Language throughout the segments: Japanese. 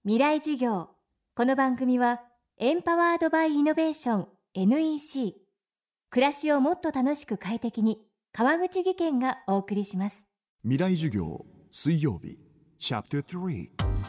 未来授業。この番組はエンパワードバイイノベーション NEC 暮らしをもっと楽しく快適に川口義賢がお送りします。 未来授業水曜日チャプター3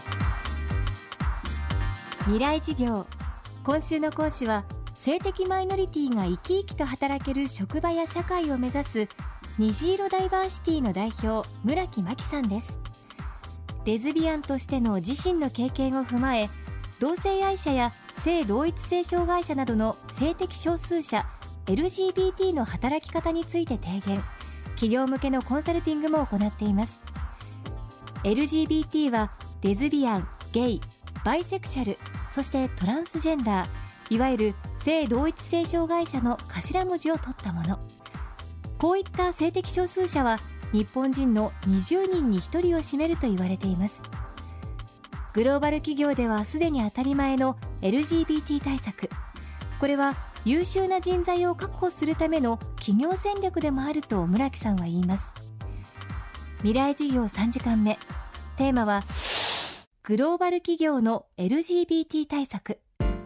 未来授業。今週の講師は性的マイノリティが生き生きと働ける職場や社会を目指す虹色ダイバーシティの代表、村木真希さんです。レズビアンとしての自身の経験を踏まえ、同性愛者や性同一性障害者などの性的少数者 LGBT の働き方について提言、企業向けのコンサルティングも行っています。 LGBT はレズビアン、ゲイ、バイセクシャル、そしてトランスジェンダー、いわゆる性同一性障害者の頭文字を取ったもの。こういった性的少数者は日本人の20人に1人を占めると言われています。グローバル企業ではすでに当たり前の LGBT 対策。これは優秀な人材を確保するための企業戦略でもあると村木さんは言います。未来事業3時間目。テーマはグローバル企業の LGBT 対策。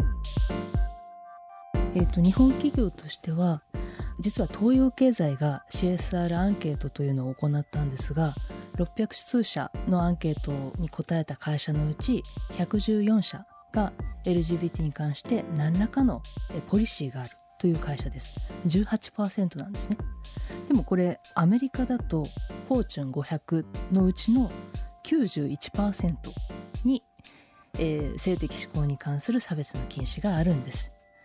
日本企業としては実は東洋経済が CSR アンケートというのを行ったんですが、600数社のアンケートに答えた会社のうち114社が LGBT に関して何らかのポリシーがあるという会社です。 18% なんですね。でもこれアメリカだとフォーチュン500のうちの 91% に、性的指向に関する差別の禁止があるんです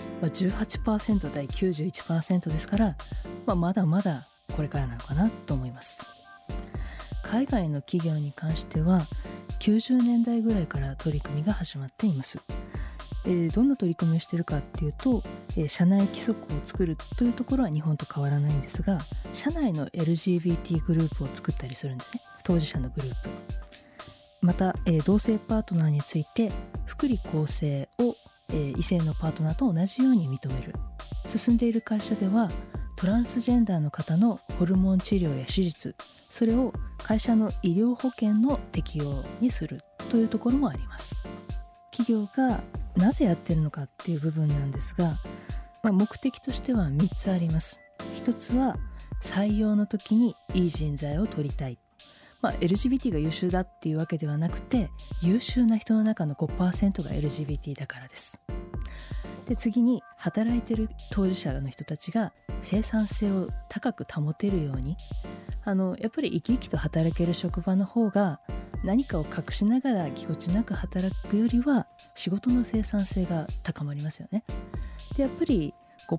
。18% 対 91% ですから、まだまだこれからなのかなと思います。海外の企業に関しては90年代ぐらいから取り組みが始まっています。どんな取り組みをしているかっていうと、社内規則を作るというところは日本と変わらないんですが、社内の LGBT グループを作ったりするんですね。当事者のグループ。また、同性パートナーについて福利厚生を異性のパートナーと同じように認める。進んでいる会社ではトランスジェンダーの方のホルモン治療や手術、それを会社の医療保険の適用にするというところもあります。企業がなぜやっているのかっていう部分なんですが、目的としては3つあります。1つは採用の時にいい人材を取りたい。LGBT が優秀だっていうわけではなくて、優秀な人の中の 5% が LGBT だからです。で、次に働いている当事者の人たちが生産性を高く保てるように、やっぱり生き生きと働ける職場の方が何かを隠しながらぎこちなく働くよりは仕事の生産性が高まりますよね。で、やっぱり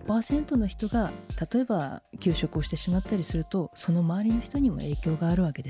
5% の人が例えば休職をしてしまったりすると、その周りの人にも影響があるわけです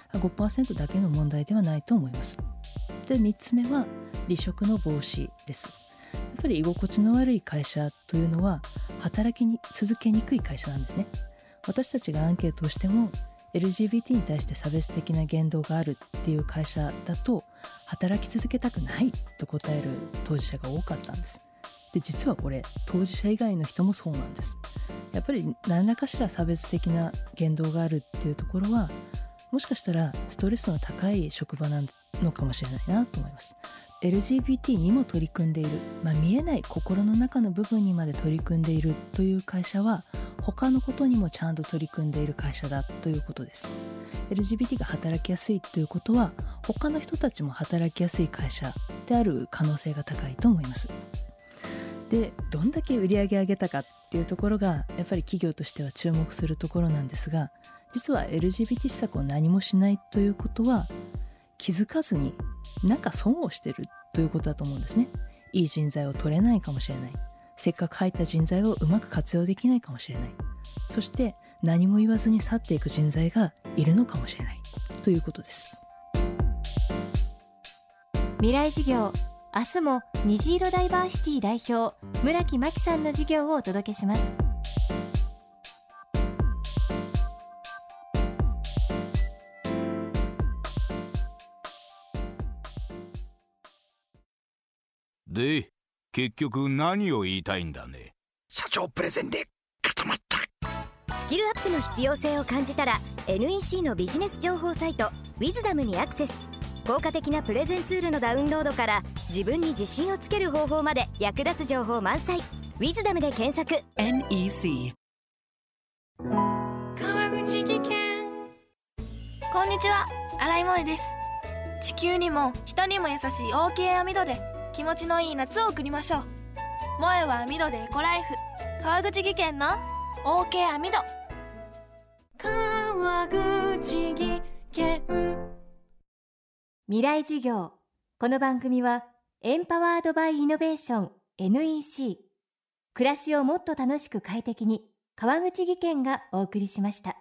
。5% だけの問題ではないと思います。で、3つ目は離職の防止です。やっぱり居心地の悪い会社というのは働きに続けにくい会社なんですね。私たちがアンケートをしても LGBT に対して差別的な言動があるっていう会社だと働き続けたくないと答える当事者が多かったんです。で、実はこれ当事者以外の人もそうなんです。やっぱり何らかしら差別的な言動があるっていうところは、もしかしたらストレスの高い職場なのかもしれないなと思います。LGBT にも取り組んでいる、見えない心の中の部分にまで取り組んでいるという会社は、他のことにもちゃんと取り組んでいる会社だということです。LGBT が働きやすいということは、他の人たちも働きやすい会社である可能性が高いと思います。で、どんだけ売り上げ上げたかっていうところがやっぱり企業としては注目するところなんですが、実は LGBT 施策を何もしないということは、気づかずになんか損をしているということだと思うんですね。いい人材を取れないかもしれない。せっかく入った人材をうまく活用できないかもしれない。そして何も言わずに去っていく人材がいるのかもしれないということです。 未来事業。明日も虹色ダイバーシティ代表、村木真希さんの授業をお届けします。 で、結局何を言いたいんだね。 社長プレゼンで固まった。 スキルアップの必要性を感じたら NEC のビジネス情報サイトウィズダムにアクセス。 効果的なプレゼンツールのダウンロードから自分に自信をつける方法まで役立つ情報満載。ウィズダムで検索。 NEC。 川口技研。こんにちは、新井萌です。地球にも人にも優しい OK 網戸で気持ちのいい夏を送りましょう。萌は網戸でエコライフ。川口技研の OK 網戸。川口技研。 未来授業。この番組はエンパワードバイイノベーション NEC、 暮らしをもっと楽しく快適に、川口技研がお送りしました。